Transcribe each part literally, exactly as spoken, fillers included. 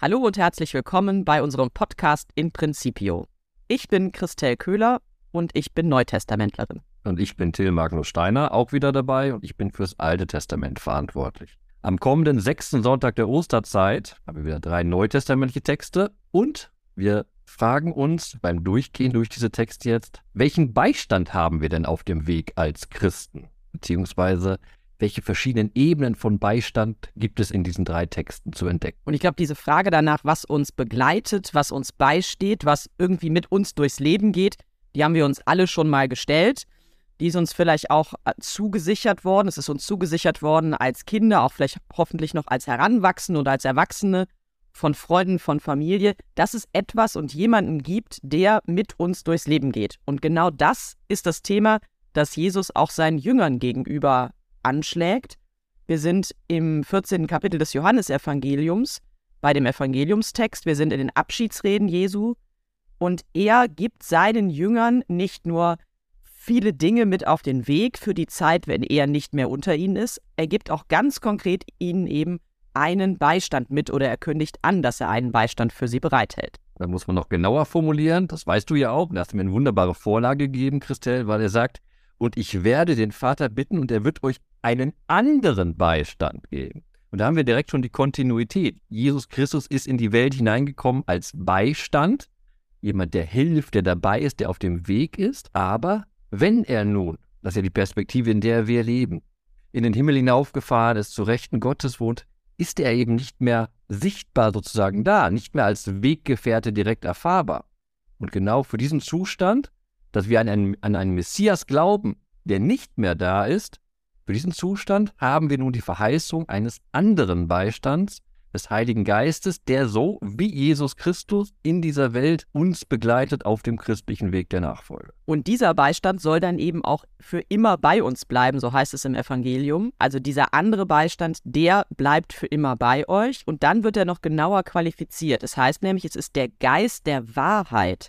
Hallo und herzlich willkommen bei unserem Podcast In Principio. Ich bin Christel Köhler und ich bin Neutestamentlerin. Und ich bin Till Magnus Steiner, auch wieder dabei, und ich bin fürs Alte Testament verantwortlich. Am kommenden sechsten Sonntag der Osterzeit haben wir wieder drei neutestamentliche Texte und wir fragen uns beim Durchgehen durch diese Texte jetzt, welchen Beistand haben wir denn auf dem Weg als Christen? Beziehungsweise welche verschiedenen Ebenen von Beistand gibt es in diesen drei Texten zu entdecken? Und ich glaube, diese Frage danach, was uns begleitet, was uns beisteht, was irgendwie mit uns durchs Leben geht, die haben wir uns alle schon mal gestellt. Die ist uns vielleicht auch zugesichert worden. Es ist uns zugesichert worden als Kinder, auch vielleicht hoffentlich noch als Heranwachsende oder als Erwachsene, von Freunden, von Familie, dass es etwas und jemanden gibt, der mit uns durchs Leben geht. Und genau das ist das Thema, das Jesus auch seinen Jüngern gegenüber anschlägt. Wir sind im vierzehnten Kapitel des Johannesevangeliums, bei dem Evangeliumstext. Wir sind in den Abschiedsreden Jesu und er gibt seinen Jüngern nicht nur viele Dinge mit auf den Weg für die Zeit, wenn er nicht mehr unter ihnen ist. Er gibt auch ganz konkret ihnen eben einen Beistand mit oder er kündigt an, dass er einen Beistand für sie bereithält. Da muss man noch genauer formulieren, das weißt du ja auch. Da hast du mir eine wunderbare Vorlage gegeben, Christel, weil er sagt, und ich werde den Vater bitten und er wird euch einen anderen Beistand geben. Und da haben wir direkt schon die Kontinuität. Jesus Christus ist in die Welt hineingekommen als Beistand, jemand, der hilft, der dabei ist, der auf dem Weg ist. Aber wenn er nun, das ist ja die Perspektive, in der wir leben, in den Himmel hinaufgefahren ist, zu Rechten Gottes wohnt, ist er eben nicht mehr sichtbar sozusagen da, nicht mehr als Weggefährte direkt erfahrbar. Und genau für diesen Zustand, dass wir an einen, an einen Messias glauben, der nicht mehr da ist, für diesen Zustand haben wir nun die Verheißung eines anderen Beistands, des Heiligen Geistes, der so wie Jesus Christus in dieser Welt uns begleitet auf dem christlichen Weg der Nachfolge. Und dieser Beistand soll dann eben auch für immer bei uns bleiben, so heißt es im Evangelium. Also dieser andere Beistand, der bleibt für immer bei euch und dann wird er noch genauer qualifiziert. Das heißt nämlich, es ist der Geist der Wahrheit.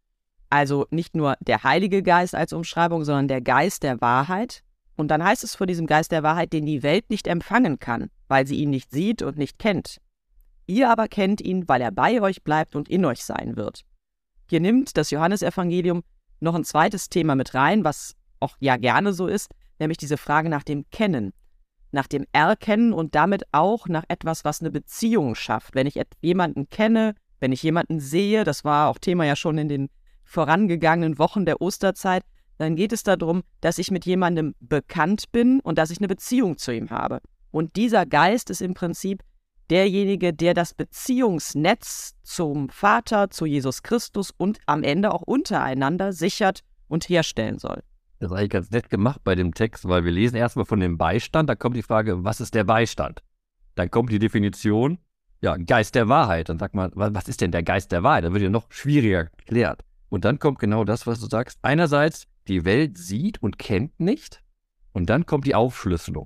Also nicht nur der Heilige Geist als Umschreibung, sondern der Geist der Wahrheit. Und dann heißt es vor diesem Geist der Wahrheit, den die Welt nicht empfangen kann, weil sie ihn nicht sieht und nicht kennt. Ihr aber kennt ihn, weil er bei euch bleibt und in euch sein wird. Hier nimmt das Johannesevangelium noch ein zweites Thema mit rein, was auch ja gerne so ist, nämlich diese Frage nach dem Kennen, nach dem Erkennen und damit auch nach etwas, was eine Beziehung schafft. Wenn ich jemanden kenne, wenn ich jemanden sehe, das war auch Thema ja schon in den vorangegangenen Wochen der Osterzeit, dann geht es darum, dass ich mit jemandem bekannt bin und dass ich eine Beziehung zu ihm habe. Und dieser Geist ist im Prinzip derjenige, der das Beziehungsnetz zum Vater, zu Jesus Christus und am Ende auch untereinander sichert und herstellen soll. Das ist eigentlich ganz nett gemacht bei dem Text, weil wir lesen erstmal von dem Beistand, da kommt die Frage, was ist der Beistand? Dann kommt die Definition, ja, Geist der Wahrheit. Dann sagt man, was ist denn der Geist der Wahrheit? Dann wird ja noch schwieriger geklärt. Und dann kommt genau das, was du sagst. Einerseits, die Welt sieht und kennt nicht. Und dann kommt die Aufschlüsselung.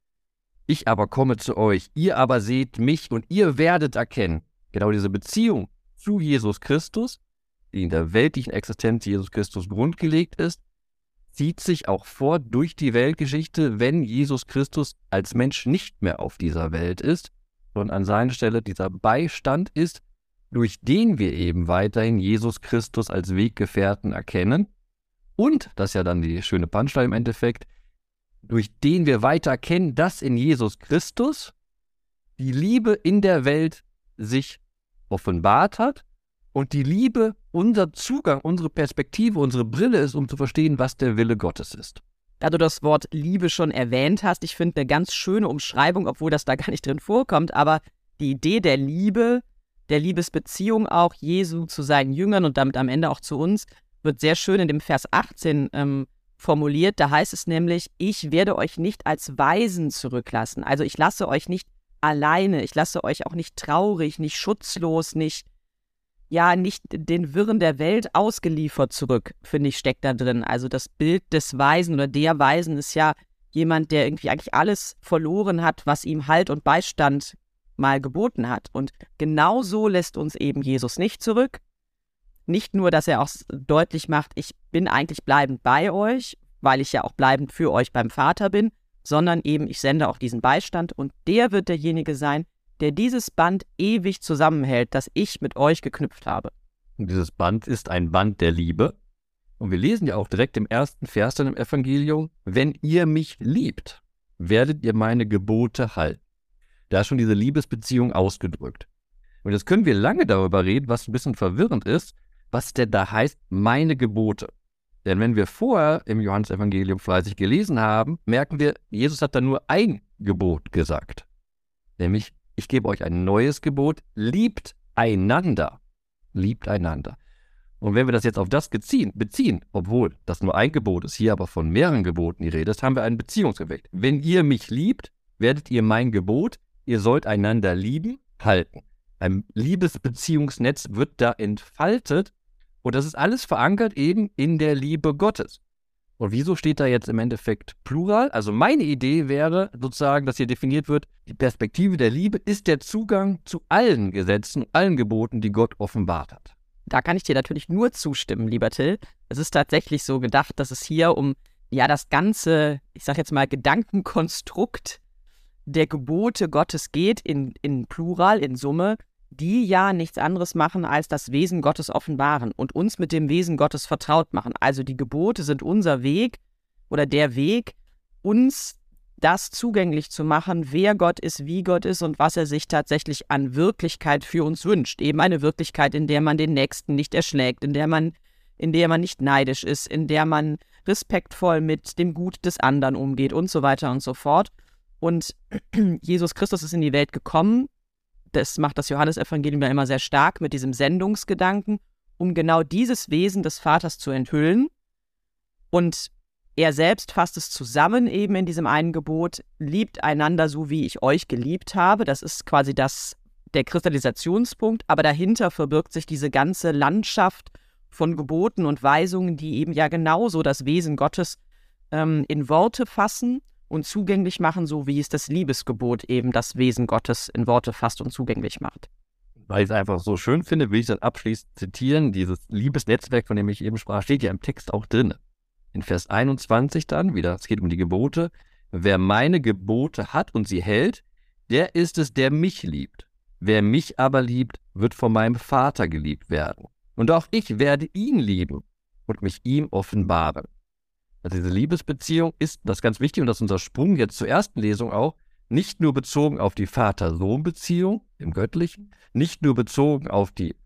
Ich aber komme zu euch, ihr aber seht mich und ihr werdet erkennen. Genau diese Beziehung zu Jesus Christus, die in der weltlichen Existenz Jesus Christus grundgelegt ist, zieht sich auch vor durch die Weltgeschichte, wenn Jesus Christus als Mensch nicht mehr auf dieser Welt ist, sondern an seiner Stelle dieser Beistand ist, durch den wir eben weiterhin Jesus Christus als Weggefährten erkennen und, das ist ja dann die schöne Punchline im Endeffekt, durch den wir weiter erkennen, dass in Jesus Christus die Liebe in der Welt sich offenbart hat und die Liebe unser Zugang, unsere Perspektive, unsere Brille ist, um zu verstehen, was der Wille Gottes ist. Da du das Wort Liebe schon erwähnt hast, ich finde eine ganz schöne Umschreibung, obwohl das da gar nicht drin vorkommt, aber die Idee der Liebe, der Liebesbeziehung auch Jesu zu seinen Jüngern und damit am Ende auch zu uns, wird sehr schön in dem Vers achtzehn ähm, formuliert. Da heißt es nämlich, ich werde euch nicht als Waisen zurücklassen. Also ich lasse euch nicht alleine, ich lasse euch auch nicht traurig, nicht schutzlos, nicht, ja, nicht den Wirren der Welt ausgeliefert zurück, finde ich, steckt da drin. Also das Bild des Waisen oder der Waisen ist ja jemand, der irgendwie eigentlich alles verloren hat, was ihm Halt und Beistand mal geboten hat. Und genau so lässt uns eben Jesus nicht zurück. Nicht nur, dass er auch deutlich macht, ich bin eigentlich bleibend bei euch, weil ich ja auch bleibend für euch beim Vater bin, sondern eben, ich sende auch diesen Beistand und der wird derjenige sein, der dieses Band ewig zusammenhält, das ich mit euch geknüpft habe. Und dieses Band ist ein Band der Liebe. Und wir lesen ja auch direkt im ersten Vers dann im Evangelium, wenn ihr mich liebt, werdet ihr meine Gebote halten. Da ist schon diese Liebesbeziehung ausgedrückt. Und jetzt können wir lange darüber reden, was ein bisschen verwirrend ist, was denn da heißt, meine Gebote. Denn wenn wir vorher im Johannesevangelium fleißig gelesen haben, merken wir, Jesus hat da nur ein Gebot gesagt. Nämlich, ich gebe euch ein neues Gebot, liebt einander. Liebt einander. Und wenn wir das jetzt auf das beziehen, beziehen, obwohl das nur ein Gebot ist, hier aber von mehreren Geboten die Rede ist, haben wir einen Beziehungseffekt. Wenn ihr mich liebt, werdet ihr mein Gebot, ihr sollt einander lieben, halten. Ein Liebesbeziehungsnetz wird da entfaltet und das ist alles verankert eben in der Liebe Gottes. Und wieso steht da jetzt im Endeffekt Plural? Also meine Idee wäre sozusagen, dass hier definiert wird, die Perspektive der Liebe ist der Zugang zu allen Gesetzen, allen Geboten, die Gott offenbart hat. Da kann ich dir natürlich nur zustimmen, lieber Till. Es ist tatsächlich so gedacht, dass es hier um ja das ganze, ich sag jetzt mal, Gedankenkonstrukt der Gebote Gottes geht, in, in Plural, in Summe, die ja nichts anderes machen, als das Wesen Gottes offenbaren und uns mit dem Wesen Gottes vertraut machen. Also die Gebote sind unser Weg oder der Weg, uns das zugänglich zu machen, wer Gott ist, wie Gott ist und was er sich tatsächlich an Wirklichkeit für uns wünscht. Eben eine Wirklichkeit, in der man den Nächsten nicht erschlägt, in der man, in der man nicht neidisch ist, in der man respektvoll mit dem Gut des anderen umgeht und so weiter und so fort. Und Jesus Christus ist in die Welt gekommen. Das macht das Johannesevangelium ja immer sehr stark mit diesem Sendungsgedanken, um genau dieses Wesen des Vaters zu enthüllen. Und er selbst fasst es zusammen eben in diesem einen Gebot, liebt einander so, wie ich euch geliebt habe. Das ist quasi das, der Kristallisationspunkt, aber dahinter verbirgt sich diese ganze Landschaft von Geboten und Weisungen, die eben ja genauso das Wesen Gottes ähm, in Worte fassen und zugänglich machen, so wie es das Liebesgebot eben das Wesen Gottes in Worte fasst und zugänglich macht. Weil ich es einfach so schön finde, will ich das abschließend zitieren. Dieses Liebesnetzwerk, von dem ich eben sprach, steht ja im Text auch drin. In Vers einundzwanzig dann wieder, es geht um die Gebote. Wer meine Gebote hat und sie hält, der ist es, der mich liebt. Wer mich aber liebt, wird von meinem Vater geliebt werden. Und auch ich werde ihn lieben und mich ihm offenbaren. Also diese Liebesbeziehung ist, das ist ganz wichtig, und das ist unser Sprung jetzt zur ersten Lesung auch, nicht nur bezogen auf die Vater-Sohn-Beziehung im Göttlichen, nicht nur bezogen auf die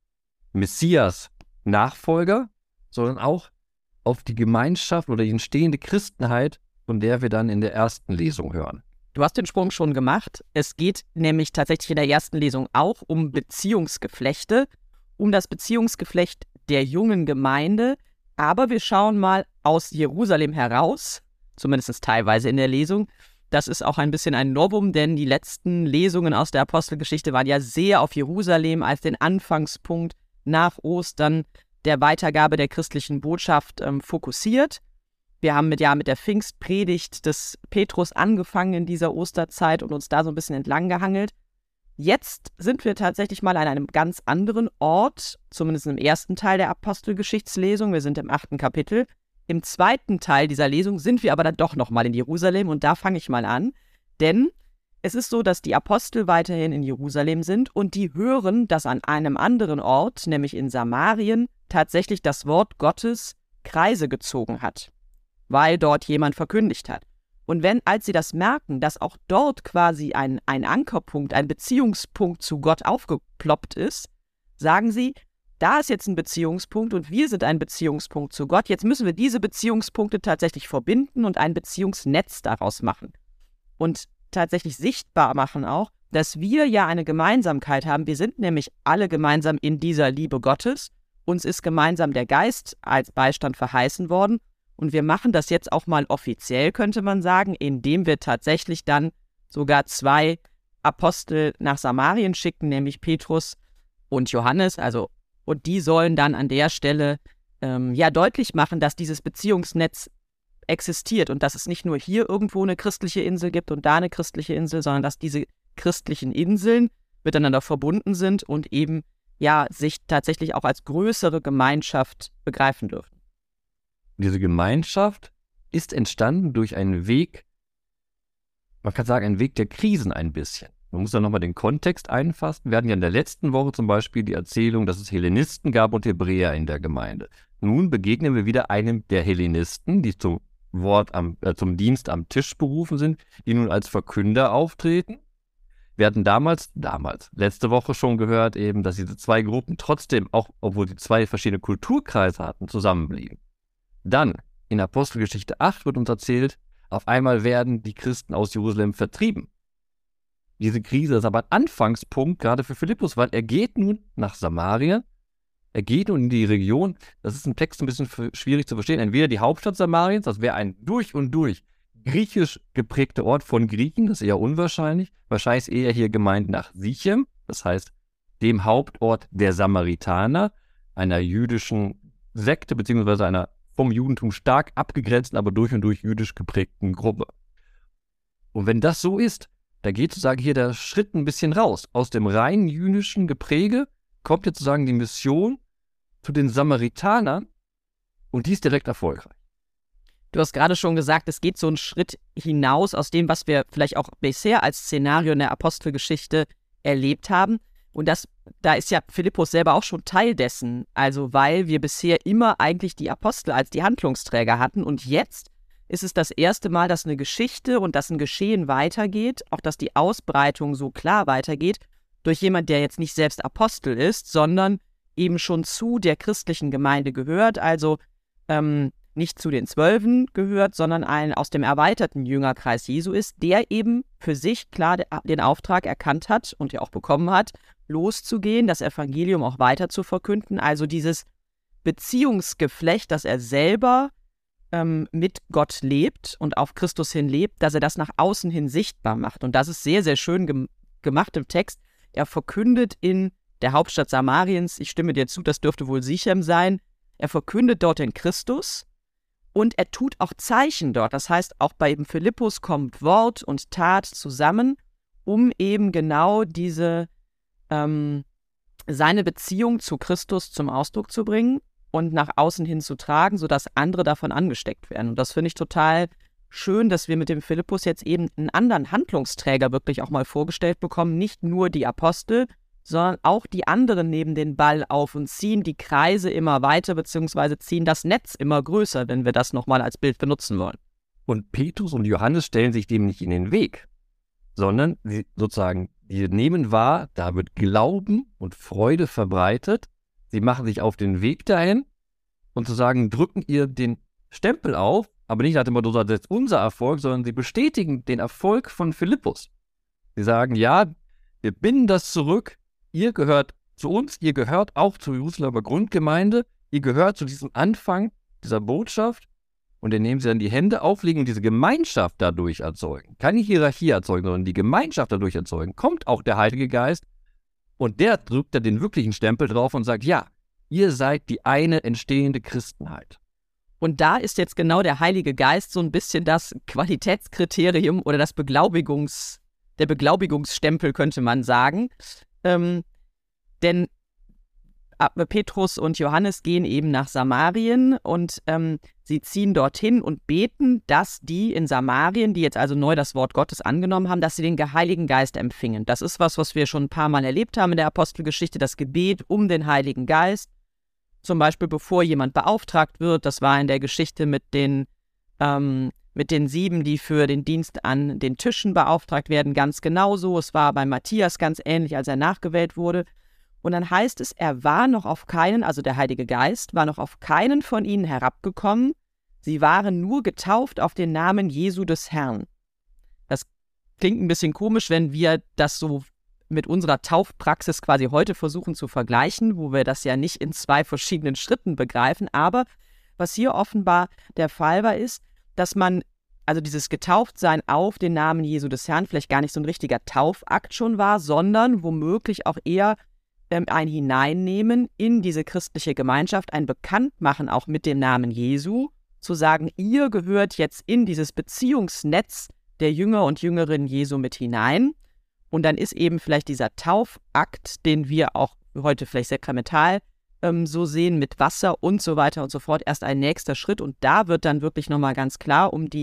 Messias-Nachfolger, sondern auch auf die Gemeinschaft oder die entstehende Christenheit, von der wir dann in der ersten Lesung hören. Du hast den Sprung schon gemacht. Es geht nämlich tatsächlich in der ersten Lesung auch um Beziehungsgeflechte, um das Beziehungsgeflecht der jungen Gemeinde. Aber wir schauen mal aus Jerusalem heraus, zumindest teilweise in der Lesung. Das ist auch ein bisschen ein Novum, denn die letzten Lesungen aus der Apostelgeschichte waren ja sehr auf Jerusalem als den Anfangspunkt nach Ostern der Weitergabe der christlichen Botschaft ähm, fokussiert. Wir haben mit, ja, mit der Pfingstpredigt des Petrus angefangen in dieser Osterzeit und uns da so ein bisschen entlang gehangelt. Jetzt sind wir tatsächlich mal an einem ganz anderen Ort, zumindest im ersten Teil der Apostelgeschichtslesung. Wir sind im achten Kapitel. Im zweiten Teil dieser Lesung sind wir aber dann doch nochmal in Jerusalem und da fange ich mal an. Denn es ist so, dass die Apostel weiterhin in Jerusalem sind und die hören, dass an einem anderen Ort, nämlich in Samarien, tatsächlich das Wort Gottes Kreise gezogen hat, weil dort jemand verkündigt hat. Und wenn, als sie das merken, dass auch dort quasi ein, ein Ankerpunkt, ein Beziehungspunkt zu Gott aufgeploppt ist, sagen sie, da ist jetzt ein Beziehungspunkt und wir sind ein Beziehungspunkt zu Gott. Jetzt müssen wir diese Beziehungspunkte tatsächlich verbinden und ein Beziehungsnetz daraus machen. Und tatsächlich sichtbar machen auch, dass wir ja eine Gemeinsamkeit haben. Wir sind nämlich alle gemeinsam in dieser Liebe Gottes. Uns ist gemeinsam der Geist als Beistand verheißen worden. Und wir machen das jetzt auch mal offiziell, könnte man sagen, indem wir tatsächlich dann sogar zwei Apostel nach Samarien schicken, nämlich Petrus und Johannes. Also, und die sollen dann an der Stelle ähm, ja deutlich machen, dass dieses Beziehungsnetz existiert und dass es nicht nur hier irgendwo eine christliche Insel gibt und da eine christliche Insel, sondern dass diese christlichen Inseln miteinander verbunden sind und eben ja sich tatsächlich auch als größere Gemeinschaft begreifen dürfen. Diese Gemeinschaft ist entstanden durch einen Weg, man kann sagen, einen Weg der Krisen ein bisschen. Man muss dann nochmal den Kontext einfassen. Wir hatten ja in der letzten Woche zum Beispiel die Erzählung, dass es Hellenisten gab und Hebräer in der Gemeinde. Nun begegnen wir wieder einem der Hellenisten, die zum Wort am, äh, zum Dienst am Tisch berufen sind, die nun als Verkünder auftreten. Wir hatten damals, damals, letzte Woche schon gehört eben, dass diese zwei Gruppen trotzdem, auch obwohl sie zwei verschiedene Kulturkreise hatten, zusammenblieben. Dann, in Apostelgeschichte acht wird uns erzählt, auf einmal werden die Christen aus Jerusalem vertrieben. Diese Krise ist aber ein Anfangspunkt, gerade für Philippus, weil er geht nun nach Samarien, er geht nun in die Region, das ist im Text ein bisschen schwierig zu verstehen, entweder die Hauptstadt Samariens, das wäre ein durch und durch griechisch geprägter Ort von Griechen, das ist eher unwahrscheinlich. Wahrscheinlich ist eher hier gemeint nach Sichem, das heißt dem Hauptort der Samaritaner, einer jüdischen Sekte, beziehungsweise einer vom Judentum stark abgegrenzten, aber durch und durch jüdisch geprägten Gruppe. Und wenn das so ist, da geht sozusagen hier der Schritt ein bisschen raus. Aus dem rein jüdischen Gepräge kommt jetzt sozusagen die Mission zu den Samaritanern und die ist direkt erfolgreich. Du hast gerade schon gesagt, es geht so einen Schritt hinaus aus dem, was wir vielleicht auch bisher als Szenario in der Apostelgeschichte erlebt haben. Und das, da ist ja Philippus selber auch schon Teil dessen. Also weil wir bisher immer eigentlich die Apostel als die Handlungsträger hatten. Und jetzt ist es das erste Mal, dass eine Geschichte und dass ein Geschehen weitergeht, auch dass die Ausbreitung so klar weitergeht, durch jemand, der jetzt nicht selbst Apostel ist, sondern eben schon zu der christlichen Gemeinde gehört. Also ähm, nicht zu den Zwölfen gehört, sondern ein aus dem erweiterten Jüngerkreis Jesu ist, der eben für sich klar den Auftrag erkannt hat und ja auch bekommen hat, loszugehen, das Evangelium auch weiter zu verkünden. Also dieses Beziehungsgeflecht, das er selber ähm, mit Gott lebt und auf Christus hin lebt, dass er das nach außen hin sichtbar macht. Und das ist sehr, sehr schön gem- gemacht im Text. Er verkündet in der Hauptstadt Samariens, ich stimme dir zu, das dürfte wohl Sichem sein, er verkündet dort den Christus. Und er tut auch Zeichen dort. Das heißt, auch bei eben Philippus kommt Wort und Tat zusammen, um eben genau diese, ähm, seine Beziehung zu Christus zum Ausdruck zu bringen und nach außen hin zu tragen, sodass andere davon angesteckt werden. Und das finde ich total schön, dass wir mit dem Philippus jetzt eben einen anderen Handlungsträger wirklich auch mal vorgestellt bekommen. Nicht nur die Apostel, sondern auch die anderen nehmen den Ball auf und ziehen die Kreise immer weiter, beziehungsweise ziehen das Netz immer größer, wenn wir das nochmal als Bild benutzen wollen. Und Petrus und Johannes stellen sich dem nicht in den Weg, sondern sie sozusagen, die nehmen wahr, da wird Glauben und Freude verbreitet, sie machen sich auf den Weg dahin und sozusagen drücken ihr den Stempel auf, aber nicht nach dem Motto, das ist unser Erfolg, sondern sie bestätigen den Erfolg von Philippus. Sie sagen, ja, wir binden das zurück, ihr gehört zu uns, ihr gehört auch zur Jerusalemer Grundgemeinde, ihr gehört zu diesem Anfang dieser Botschaft und indem sie dann die Hände auflegen und diese Gemeinschaft dadurch erzeugen, keine Hierarchie erzeugen, sondern die Gemeinschaft dadurch erzeugen, kommt auch der Heilige Geist und der drückt dann den wirklichen Stempel drauf und sagt, ja, ihr seid die eine entstehende Christenheit. Und da ist jetzt genau der Heilige Geist so ein bisschen das Qualitätskriterium oder das Beglaubigungs, der Beglaubigungsstempel, könnte man sagen. Ähm, denn Petrus und Johannes gehen eben nach Samarien und ähm, sie ziehen dorthin und beten, dass die in Samarien, die jetzt also neu das Wort Gottes angenommen haben, dass sie den Heiligen Geist empfingen. Das ist was, was wir schon ein paar Mal erlebt haben in der Apostelgeschichte, das Gebet um den Heiligen Geist. Zum Beispiel, bevor jemand beauftragt wird, das war in der Geschichte mit den ähm, mit den sieben, die für den Dienst an den Tischen beauftragt werden, ganz genauso. Es war bei Matthias ganz ähnlich, als er nachgewählt wurde. Und dann heißt es, er war noch auf keinen, also der Heilige Geist, war noch auf keinen von ihnen herabgekommen. Sie waren nur getauft auf den Namen Jesu des Herrn. Das klingt ein bisschen komisch, wenn wir das so mit unserer Taufpraxis quasi heute versuchen zu vergleichen, wo wir das ja nicht in zwei verschiedenen Schritten begreifen. Aber was hier offenbar der Fall war, ist, dass man, also dieses Getauftsein auf den Namen Jesu des Herrn vielleicht gar nicht so ein richtiger Taufakt schon war, sondern womöglich auch eher ähm, ein Hineinnehmen in diese christliche Gemeinschaft, ein Bekanntmachen auch mit dem Namen Jesu, zu sagen, ihr gehört jetzt in dieses Beziehungsnetz der Jünger und Jüngerinnen Jesu mit hinein. Und dann ist eben vielleicht dieser Taufakt, den wir auch heute vielleicht sakramental so sehen mit Wasser und so weiter und so fort, erst ein nächster Schritt. Und da wird dann wirklich nochmal ganz klar, um die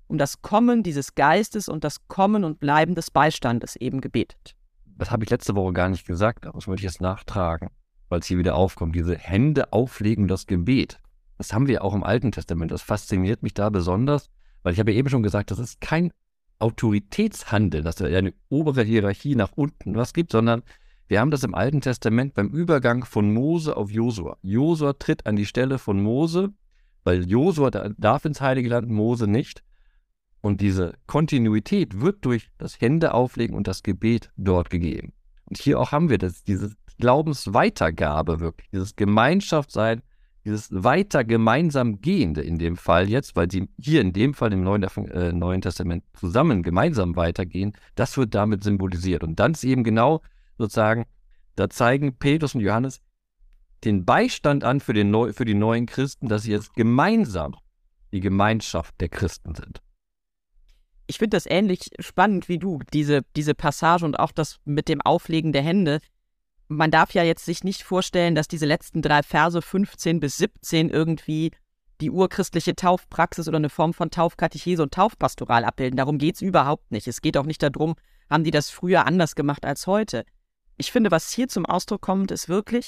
um das Kommen dieses Geistes und das Kommen und Bleiben des Beistandes eben gebetet. Das habe ich letzte Woche gar nicht gesagt, aber das wollte ich jetzt nachtragen, weil es hier wieder aufkommt. Diese Hände auflegen, das Gebet. Das haben wir auch im Alten Testament. Das fasziniert mich da besonders, weil ich habe ja eben schon gesagt, das ist kein Autoritätshandeln, dass es eine obere Hierarchie nach unten was gibt, sondern wir haben das im Alten Testament beim Übergang von Mose auf Josua. Josua tritt an die Stelle von Mose, weil Josua darf ins Heilige Land, Mose nicht. Und diese Kontinuität wird durch das Händeauflegen und das Gebet dort gegeben. Und hier auch haben wir das, diese Glaubensweitergabe wirklich, dieses Gemeinschaftssein, dieses weiter gemeinsam Gehende in dem Fall jetzt, weil sie hier in dem Fall im Neuen, äh, Neuen Testament zusammen gemeinsam weitergehen, das wird damit symbolisiert. Und dann ist eben genau sozusagen, da zeigen Petrus und Johannes den Beistand an für, den Neu, für die neuen Christen, dass sie jetzt gemeinsam die Gemeinschaft der Christen sind. Ich finde das ähnlich spannend wie du, diese, diese Passage und auch das mit dem Auflegen der Hände. Man darf ja jetzt sich nicht vorstellen, dass diese letzten drei Verse fünfzehn bis siebzehn irgendwie die urchristliche Taufpraxis oder eine Form von Taufkatechese und Taufpastoral abbilden. Darum geht es überhaupt nicht. Es geht auch nicht darum, haben die das früher anders gemacht als heute. Ich finde, was hier zum Ausdruck kommt, ist wirklich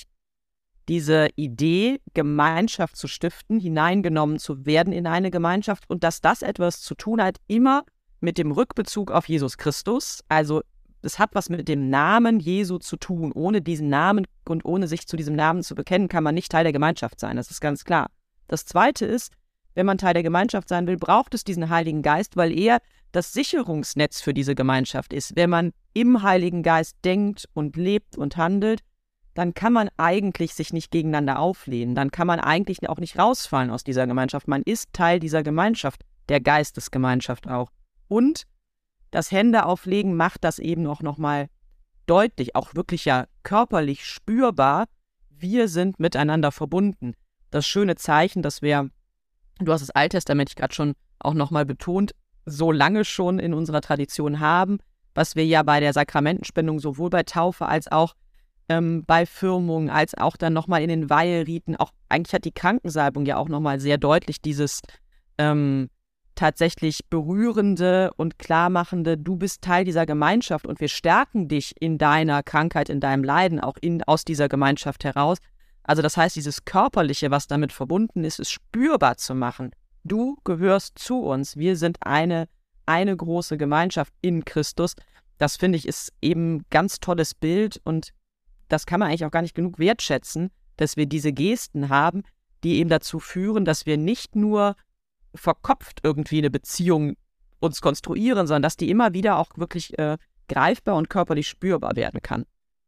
diese Idee, Gemeinschaft zu stiften, hineingenommen zu werden in eine Gemeinschaft und dass das etwas zu tun hat, immer mit dem Rückbezug auf Jesus Christus. Also es hat was mit dem Namen Jesu zu tun. Ohne diesen Namen und ohne sich zu diesem Namen zu bekennen, kann man nicht Teil der Gemeinschaft sein. Das ist ganz klar. Das Zweite ist, wenn man Teil der Gemeinschaft sein will, braucht es diesen Heiligen Geist, weil er das Sicherungsnetz für diese Gemeinschaft ist. Wenn man im Heiligen Geist denkt und lebt und handelt, dann kann man eigentlich sich nicht gegeneinander auflehnen. Dann kann man eigentlich auch nicht rausfallen aus dieser Gemeinschaft. Man ist Teil dieser Gemeinschaft, der Geistesgemeinschaft auch. Und das Händeauflegen macht das eben auch nochmal deutlich, auch wirklich ja körperlich spürbar. Wir sind miteinander verbunden. Das schöne Zeichen, das wir, du hast das Alttestamentlich gerade schon auch nochmal betont, so lange schon in unserer Tradition haben, was wir ja bei der Sakramentenspendung sowohl bei Taufe als auch ähm, bei Firmung, als auch dann nochmal in den Weiheriten, auch eigentlich hat die Krankensalbung ja auch nochmal sehr deutlich dieses ähm, tatsächlich berührende und klarmachende, du bist Teil dieser Gemeinschaft und wir stärken dich in deiner Krankheit, in deinem Leiden, auch in, aus dieser Gemeinschaft heraus. Also das heißt, dieses Körperliche, was damit verbunden ist, ist spürbar zu machen. Du gehörst zu uns, wir sind eine, eine große Gemeinschaft in Christus. Das finde ich ist eben ein ganz tolles Bild und das kann man eigentlich auch gar nicht genug wertschätzen, dass wir diese Gesten haben, die eben dazu führen, dass wir nicht nur verkopft irgendwie eine Beziehung uns konstruieren, sondern dass die immer wieder auch wirklich äh, greifbar und körperlich spürbar werden kann.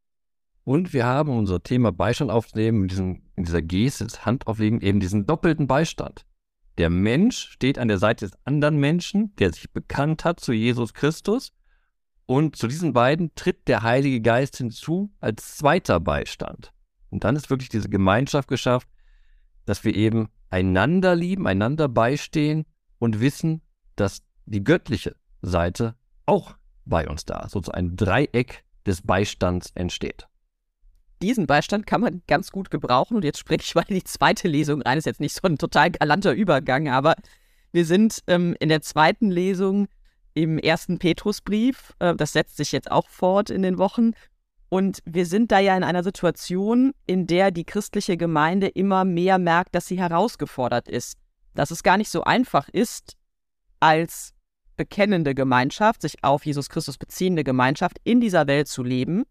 Und wir haben unser Thema Beistand aufzunehmen, in, diesem, in dieser Geste des Handauflegen, eben diesen doppelten Beistand. Der Mensch steht an der Seite des anderen Menschen, der sich bekannt hat zu Jesus Christus. Und zu diesen beiden tritt der Heilige Geist hinzu als zweiter Beistand. Und dann ist wirklich diese Gemeinschaft geschafft, dass wir eben einander lieben, einander beistehen und wissen, dass die göttliche Seite auch bei uns da ist. Sozusagen ein Dreieck des Beistands entsteht. Diesen Beistand kann man ganz gut gebrauchen und jetzt spreche ich mal in die zweite Lesung rein. Ist jetzt nicht so ein total galanter Übergang, aber wir sind ähm, in der zweiten Lesung im ersten Petrusbrief. Äh, das setzt sich jetzt auch fort in den Wochen. Und wir sind da ja in einer Situation, in der die christliche Gemeinde immer mehr merkt, dass sie herausgefordert ist. Dass es gar nicht so einfach ist, als bekennende Gemeinschaft, sich auf Jesus Christus beziehende Gemeinschaft in dieser Welt zu leben,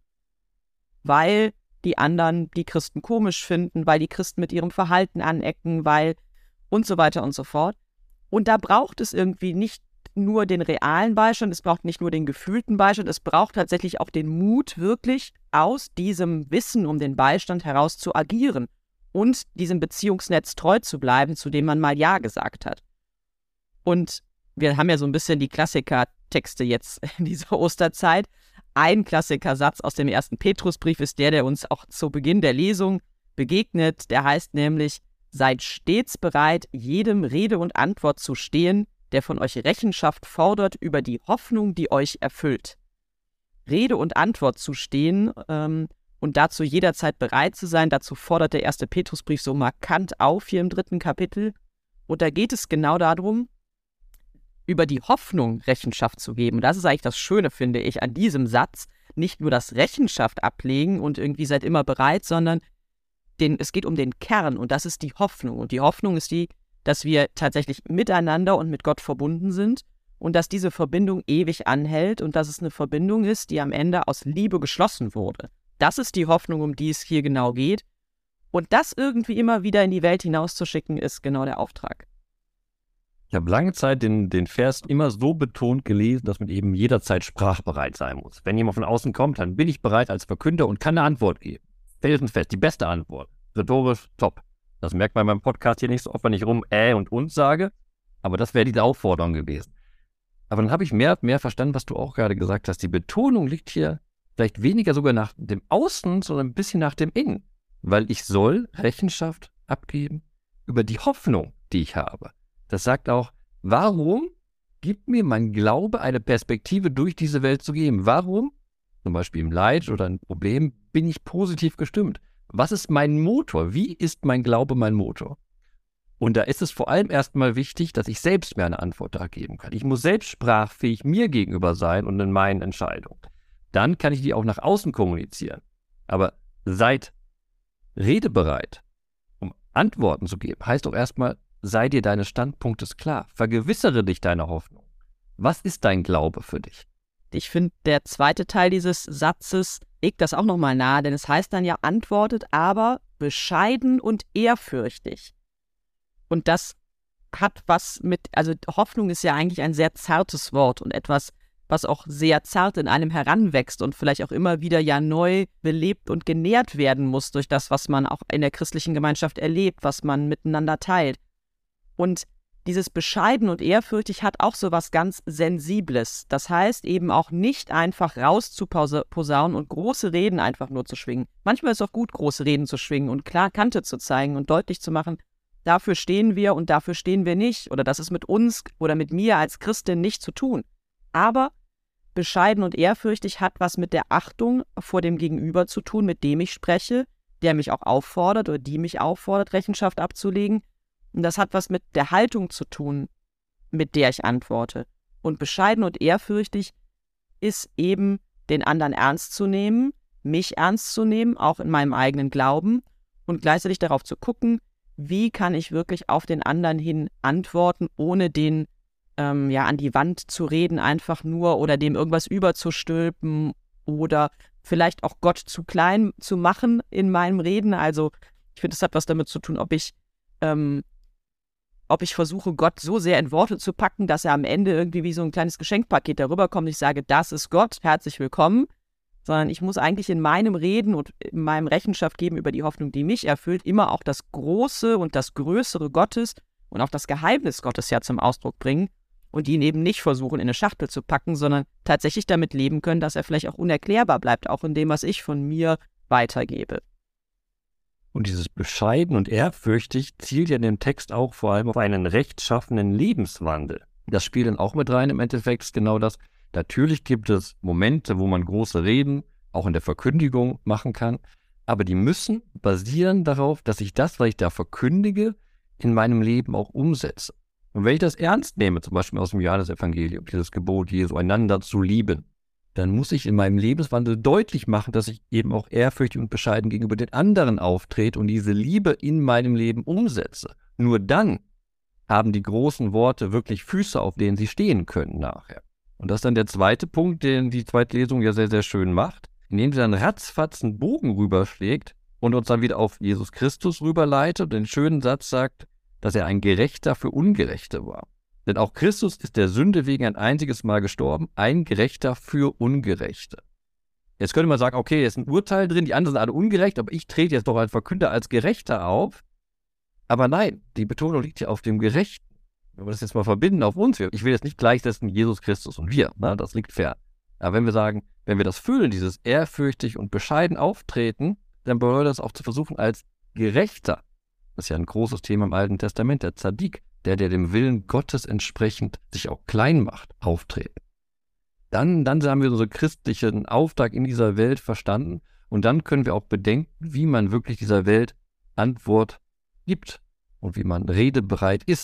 weil die anderen die Christen komisch finden, weil die Christen mit ihrem Verhalten anecken, weil und so weiter und so fort. Und da braucht es irgendwie nicht nur den realen Beistand, es braucht nicht nur den gefühlten Beistand, es braucht tatsächlich auch den Mut, wirklich aus diesem Wissen um den Beistand heraus zu agieren und diesem Beziehungsnetz treu zu bleiben, zu dem man mal Ja gesagt hat. Und wir haben ja so ein bisschen die Klassiker-Texte jetzt in dieser Osterzeit. Ein Klassikersatz aus dem ersten Petrusbrief ist der, der uns auch zu Beginn der Lesung begegnet. Der heißt nämlich, seid stets bereit, jedem Rede und Antwort zu stehen, der von euch Rechenschaft fordert über die Hoffnung, die euch erfüllt. Rede und Antwort zu stehen ähm, und dazu jederzeit bereit zu sein, dazu fordert der erste Petrusbrief so markant auf hier im dritten Kapitel. Und da geht es genau darum, über die Hoffnung Rechenschaft zu geben. Und das ist eigentlich das Schöne, finde ich, an diesem Satz. Nicht nur das Rechenschaft ablegen und irgendwie seid immer bereit, sondern den, es geht um den Kern und das ist die Hoffnung. Und die Hoffnung ist die, dass wir tatsächlich miteinander und mit Gott verbunden sind und dass diese Verbindung ewig anhält und dass es eine Verbindung ist, die am Ende aus Liebe geschlossen wurde. Das ist die Hoffnung, um die es hier genau geht. Und das irgendwie immer wieder in die Welt hinauszuschicken, ist genau der Auftrag. Ich habe lange Zeit den, den Vers immer so betont gelesen, dass man eben jederzeit sprachbereit sein muss. Wenn jemand von außen kommt, dann bin ich bereit als Verkünder und kann eine Antwort geben. Felsenfest, die beste Antwort. Rhetorisch top. Das merkt man beim Podcast hier nicht so oft, wenn ich rum äh und und sage. Aber das wäre diese Aufforderung gewesen. Aber dann habe ich mehr und mehr verstanden, was du auch gerade gesagt hast. Die Betonung liegt hier vielleicht weniger sogar nach dem Außen, sondern ein bisschen nach dem Innen. Weil ich soll Rechenschaft abgeben über die Hoffnung, die ich habe. Das sagt auch, warum gibt mir mein Glaube eine Perspektive durch diese Welt zu geben? Warum, zum Beispiel im Leid oder ein Problem, bin ich positiv gestimmt? Was ist mein Motor? Wie ist mein Glaube mein Motor? Und da ist es vor allem erstmal wichtig, dass ich selbst mir eine Antwort da geben kann. Ich muss selbst sprachfähig mir gegenüber sein und in meinen Entscheidungen. Dann kann ich die auch nach außen kommunizieren. Aber seid redebereit, um Antworten zu geben, heißt doch erstmal, sei dir deines Standpunktes klar. Vergewissere dich deiner Hoffnung. Was ist dein Glaube für dich? Ich finde, der zweite Teil dieses Satzes legt das auch nochmal nahe, denn es heißt dann ja, antwortet aber bescheiden und ehrfürchtig. Und das hat was mit, also Hoffnung ist ja eigentlich ein sehr zartes Wort und etwas, was auch sehr zart in einem heranwächst und vielleicht auch immer wieder ja neu belebt und genährt werden muss durch das, was man auch in der christlichen Gemeinschaft erlebt, was man miteinander teilt. Und dieses bescheiden und ehrfürchtig hat auch so was ganz Sensibles. Das heißt eben auch nicht einfach rauszuposaunen und große Reden einfach nur zu schwingen. Manchmal ist es auch gut, große Reden zu schwingen und klar Kante zu zeigen und deutlich zu machen, dafür stehen wir und dafür stehen wir nicht. Oder das ist mit uns oder mit mir als Christin nicht zu tun. Aber bescheiden und ehrfürchtig hat was mit der Achtung vor dem Gegenüber zu tun, mit dem ich spreche, der mich auch auffordert oder die mich auffordert, Rechenschaft abzulegen. Und das hat was mit der Haltung zu tun, mit der ich antworte. Und bescheiden und ehrfürchtig ist eben, den anderen ernst zu nehmen, mich ernst zu nehmen, auch in meinem eigenen Glauben und gleichzeitig darauf zu gucken, wie kann ich wirklich auf den anderen hin antworten, ohne den ähm, ja an die Wand zu reden, einfach nur oder dem irgendwas überzustülpen oder vielleicht auch Gott zu klein zu machen in meinem Reden. Also ich finde, es hat was damit zu tun, ob ich ähm, ob ich versuche, Gott so sehr in Worte zu packen, dass er am Ende irgendwie wie so ein kleines Geschenkpaket darüber kommt und ich sage, das ist Gott, herzlich willkommen, sondern ich muss eigentlich in meinem Reden und in meinem Rechenschaft geben über die Hoffnung, die mich erfüllt, immer auch das Große und das Größere Gottes und auch das Geheimnis Gottes ja zum Ausdruck bringen und ihn eben nicht versuchen, in eine Schachtel zu packen, sondern tatsächlich damit leben können, dass er vielleicht auch unerklärbar bleibt, auch in dem, was ich von mir weitergebe. Und dieses bescheiden und ehrfürchtig zielt ja in dem Text auch vor allem auf einen rechtschaffenen Lebenswandel. Das spielt dann auch mit rein im Endeffekt, ist genau das. Natürlich gibt es Momente, wo man große Reden auch in der Verkündigung machen kann, aber die müssen basieren darauf, dass ich das, was ich da verkündige, in meinem Leben auch umsetze. Und wenn ich das ernst nehme, zum Beispiel aus dem Johannesevangelium, dieses Gebot Jesu, einander zu lieben, dann muss ich in meinem Lebenswandel deutlich machen, dass ich eben auch ehrfürchtig und bescheiden gegenüber den anderen auftrete und diese Liebe in meinem Leben umsetze. Nur dann haben die großen Worte wirklich Füße, auf denen sie stehen können nachher. Und das ist dann der zweite Punkt, den die zweite Lesung ja sehr, sehr schön macht, indem sie dann ratzfatz einen Bogen rüberschlägt und uns dann wieder auf Jesus Christus rüberleitet und den schönen Satz sagt, dass er ein Gerechter für Ungerechte war. Denn auch Christus ist der Sünde wegen ein einziges Mal gestorben, ein Gerechter für Ungerechte. Jetzt könnte man sagen, okay, jetzt ist ein Urteil drin, die anderen sind alle ungerecht, aber ich trete jetzt doch als Verkünder als Gerechter auf. Aber nein, die Betonung liegt ja auf dem Gerechten. Wenn wir das jetzt mal verbinden auf uns, ich will jetzt nicht gleichsetzen Jesus Christus und wir, ne, das liegt fern. Aber wenn wir sagen, wenn wir das fühlen, dieses ehrfürchtig und bescheiden auftreten, dann bedeutet das auch zu versuchen als Gerechter. Das ist ja ein großes Thema im Alten Testament, der Zadik, der, der dem Willen Gottes entsprechend sich auch klein macht, auftreten. Dann, dann haben wir unseren christlichen Auftrag in dieser Welt verstanden und dann können wir auch bedenken, wie man wirklich dieser Welt Antwort gibt und wie man redebereit ist,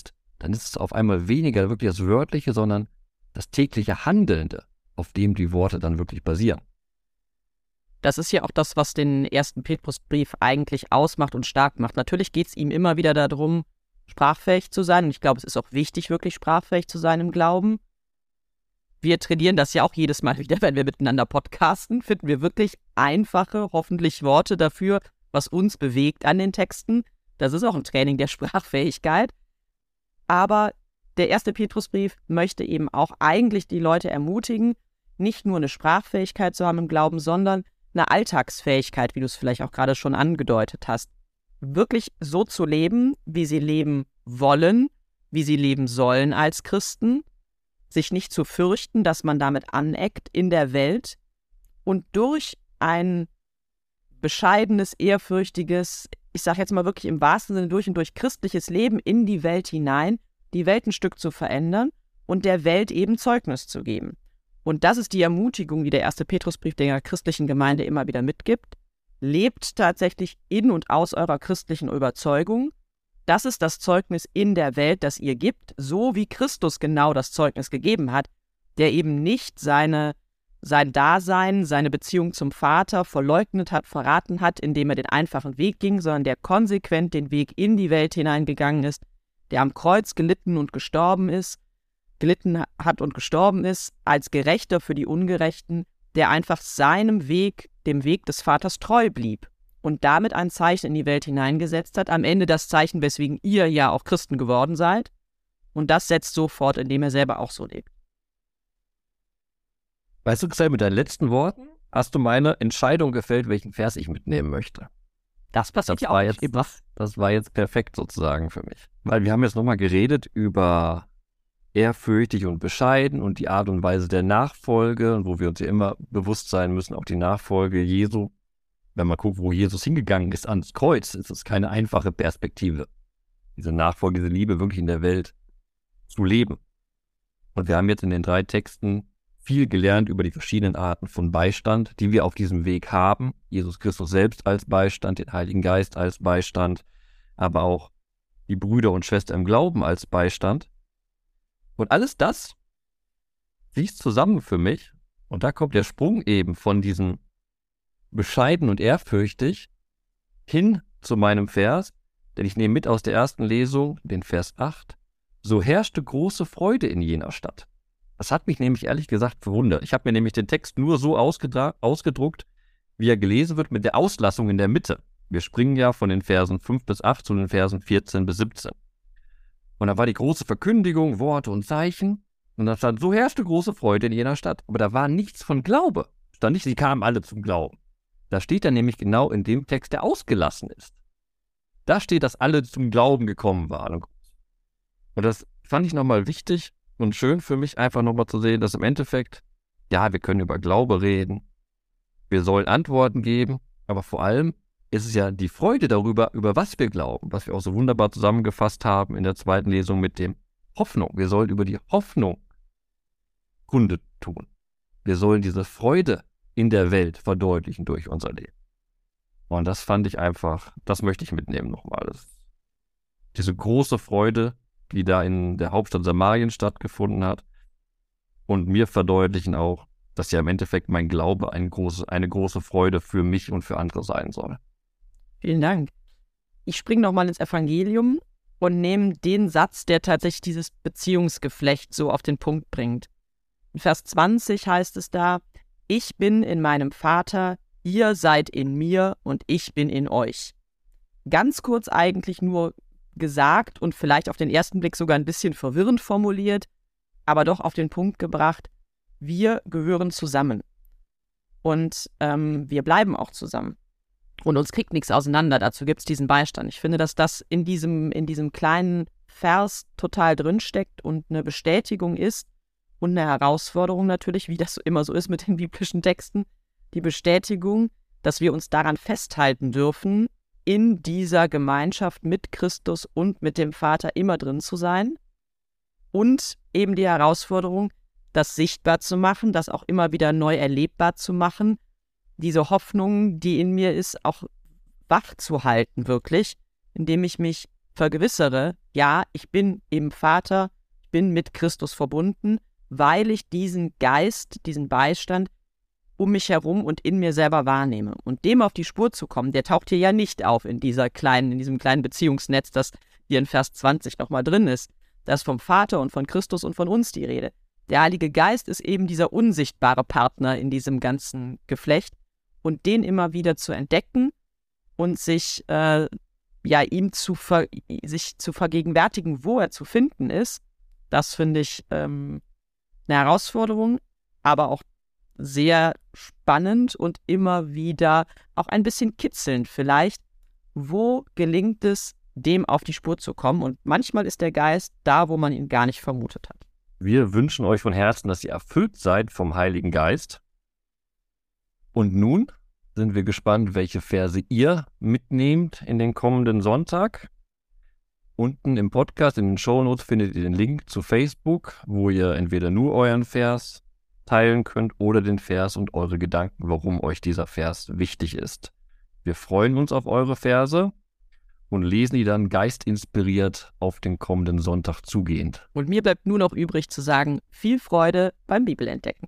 dann ist es auf einmal weniger wirklich das Wörtliche, sondern das tägliche Handelnde, auf dem die Worte dann wirklich basieren. Das ist ja auch das, was den ersten Petrusbrief eigentlich ausmacht und stark macht. Natürlich geht es ihm immer wieder darum, sprachfähig zu sein. Und ich glaube, es ist auch wichtig, wirklich sprachfähig zu sein im Glauben. Wir trainieren das ja auch jedes Mal wieder, wenn wir miteinander podcasten. Finden wir wirklich einfache, hoffentlich Worte dafür, was uns bewegt an den Texten. Das ist auch ein Training der Sprachfähigkeit. Aber der erste Petrusbrief möchte eben auch eigentlich die Leute ermutigen, nicht nur eine Sprachfähigkeit zu haben im Glauben, sondern eine Alltagsfähigkeit, wie du es vielleicht auch gerade schon angedeutet hast. Wirklich so zu leben, wie sie leben wollen, wie sie leben sollen als Christen, sich nicht zu fürchten, dass man damit aneckt in der Welt und durch ein bescheidenes, ehrfürchtiges, ich sage jetzt mal wirklich im wahrsten Sinne durch und durch christliches Leben in die Welt hinein, die Welt ein Stück zu verändern und der Welt eben Zeugnis zu geben. Und das ist die Ermutigung, die der erste Petrusbrief der christlichen Gemeinde immer wieder mitgibt. Lebt tatsächlich in und aus eurer christlichen Überzeugung. Das ist das Zeugnis in der Welt, das ihr gibt, so wie Christus genau das Zeugnis gegeben hat, der eben nicht seine, sein Dasein, seine Beziehung zum Vater verleugnet hat, verraten hat, indem er den einfachen Weg ging, sondern der konsequent den Weg in die Welt hineingegangen ist, der am Kreuz gelitten und gestorben ist, gelitten hat und gestorben ist, als Gerechter für die Ungerechten, der einfach seinem Weg, dem Weg des Vaters treu blieb und damit ein Zeichen in die Welt hineingesetzt hat, am Ende das Zeichen, weswegen ihr ja auch Christen geworden seid, und das setzt so fort, indem er selber auch so lebt. Weißt du, Xavier, mit deinen letzten Worten hast du meine Entscheidung gefällt, welchen Vers ich mitnehmen möchte. Das passiert Das ja war auch jetzt, nicht. das, das war jetzt perfekt sozusagen für mich. Weil wir haben jetzt nochmal geredet über ehrfürchtig und bescheiden und die Art und Weise der Nachfolge, und wo wir uns ja immer bewusst sein müssen, auch die Nachfolge Jesu. Wenn man guckt, wo Jesus hingegangen ist, ans Kreuz, ist es keine einfache Perspektive, diese Nachfolge, diese Liebe wirklich in der Welt zu leben. Und wir haben jetzt in den drei Texten viel gelernt über die verschiedenen Arten von Beistand, die wir auf diesem Weg haben. Jesus Christus selbst als Beistand, den Heiligen Geist als Beistand, aber auch die Brüder und Schwestern im Glauben als Beistand. Und alles das fließt zusammen für mich. Und da kommt der Sprung eben von diesem bescheiden und ehrfürchtig hin zu meinem Vers, denn ich nehme mit aus der ersten Lesung den Vers acht. So herrschte große Freude in jener Stadt. Das hat mich nämlich ehrlich gesagt verwundert. Ich habe mir nämlich den Text nur so ausgedra- ausgedruckt, wie er gelesen wird, mit der Auslassung in der Mitte. Wir springen ja von den Versen fünf bis acht zu den Versen vierzehn bis siebzehn. Und da war die große Verkündigung, Worte und Zeichen. Und da stand, so herrschte große Freude in jener Stadt. Aber da war nichts von Glaube. Stand nicht, sie kamen alle zum Glauben. Da steht dann nämlich genau in dem Text, der ausgelassen ist. Da steht, dass alle zum Glauben gekommen waren. Und das fand ich nochmal wichtig und schön für mich, einfach nochmal zu sehen, dass im Endeffekt, ja, wir können über Glaube reden, wir sollen Antworten geben, aber vor allem ist es ja die Freude darüber, über was wir glauben, was wir auch so wunderbar zusammengefasst haben in der zweiten Lesung mit dem Hoffnung. Wir sollen über die Hoffnung Kunde tun. Wir sollen diese Freude in der Welt verdeutlichen durch unser Leben. Und das fand ich einfach, das möchte ich mitnehmen nochmal. Das, diese große Freude, die da in der Hauptstadt Samarien stattgefunden hat, und mir verdeutlichen auch, dass ja im Endeffekt mein Glaube eine große, eine große Freude für mich und für andere sein soll. Vielen Dank. Ich springe nochmal ins Evangelium und nehme den Satz, der tatsächlich dieses Beziehungsgeflecht so auf den Punkt bringt. In Vers zwanzig heißt es da, ich bin in meinem Vater, ihr seid in mir und ich bin in euch. Ganz kurz eigentlich nur gesagt und vielleicht auf den ersten Blick sogar ein bisschen verwirrend formuliert, aber doch auf den Punkt gebracht, wir gehören zusammen. Und ähm, wir bleiben auch zusammen. Und uns kriegt nichts auseinander, dazu gibt es diesen Beistand. Ich finde, dass das in diesem, in diesem kleinen Vers total drinsteckt und eine Bestätigung ist und eine Herausforderung natürlich, wie das immer so ist mit den biblischen Texten, die Bestätigung, dass wir uns daran festhalten dürfen, in dieser Gemeinschaft mit Christus und mit dem Vater immer drin zu sein, und eben die Herausforderung, das sichtbar zu machen, das auch immer wieder neu erlebbar zu machen, diese Hoffnung, die in mir ist, auch wach zu halten wirklich, indem ich mich vergewissere, ja, ich bin im Vater, ich bin mit Christus verbunden, weil ich diesen Geist, diesen Beistand um mich herum und in mir selber wahrnehme. Und dem auf die Spur zu kommen, der taucht hier ja nicht auf in dieser kleinen, in diesem kleinen Beziehungsnetz, das hier in Vers zwanzig nochmal drin ist. Da ist vom Vater und von Christus und von uns die Rede. Der Heilige Geist ist eben dieser unsichtbare Partner in diesem ganzen Geflecht und den immer wieder zu entdecken und sich, äh, ja, ihm zu, ver- sich zu vergegenwärtigen, wo er zu finden ist, das finde ich ähm, eine Herausforderung, aber auch sehr spannend und immer wieder auch ein bisschen kitzelnd vielleicht. Wo gelingt es, dem auf die Spur zu kommen? Und manchmal ist der Geist da, wo man ihn gar nicht vermutet hat. Wir wünschen euch von Herzen, dass ihr erfüllt seid vom Heiligen Geist. Und nun sind wir gespannt, welche Verse ihr mitnehmt in den kommenden Sonntag. Unten im Podcast, in den Shownotes, findet ihr den Link zu Facebook, wo ihr entweder nur euren Vers teilen könnt oder den Vers und eure Gedanken, warum euch dieser Vers wichtig ist. Wir freuen uns auf eure Verse und lesen die dann geistinspiriert auf den kommenden Sonntag zugehend. Und mir bleibt nur noch übrig zu sagen, viel Freude beim Bibelentdecken.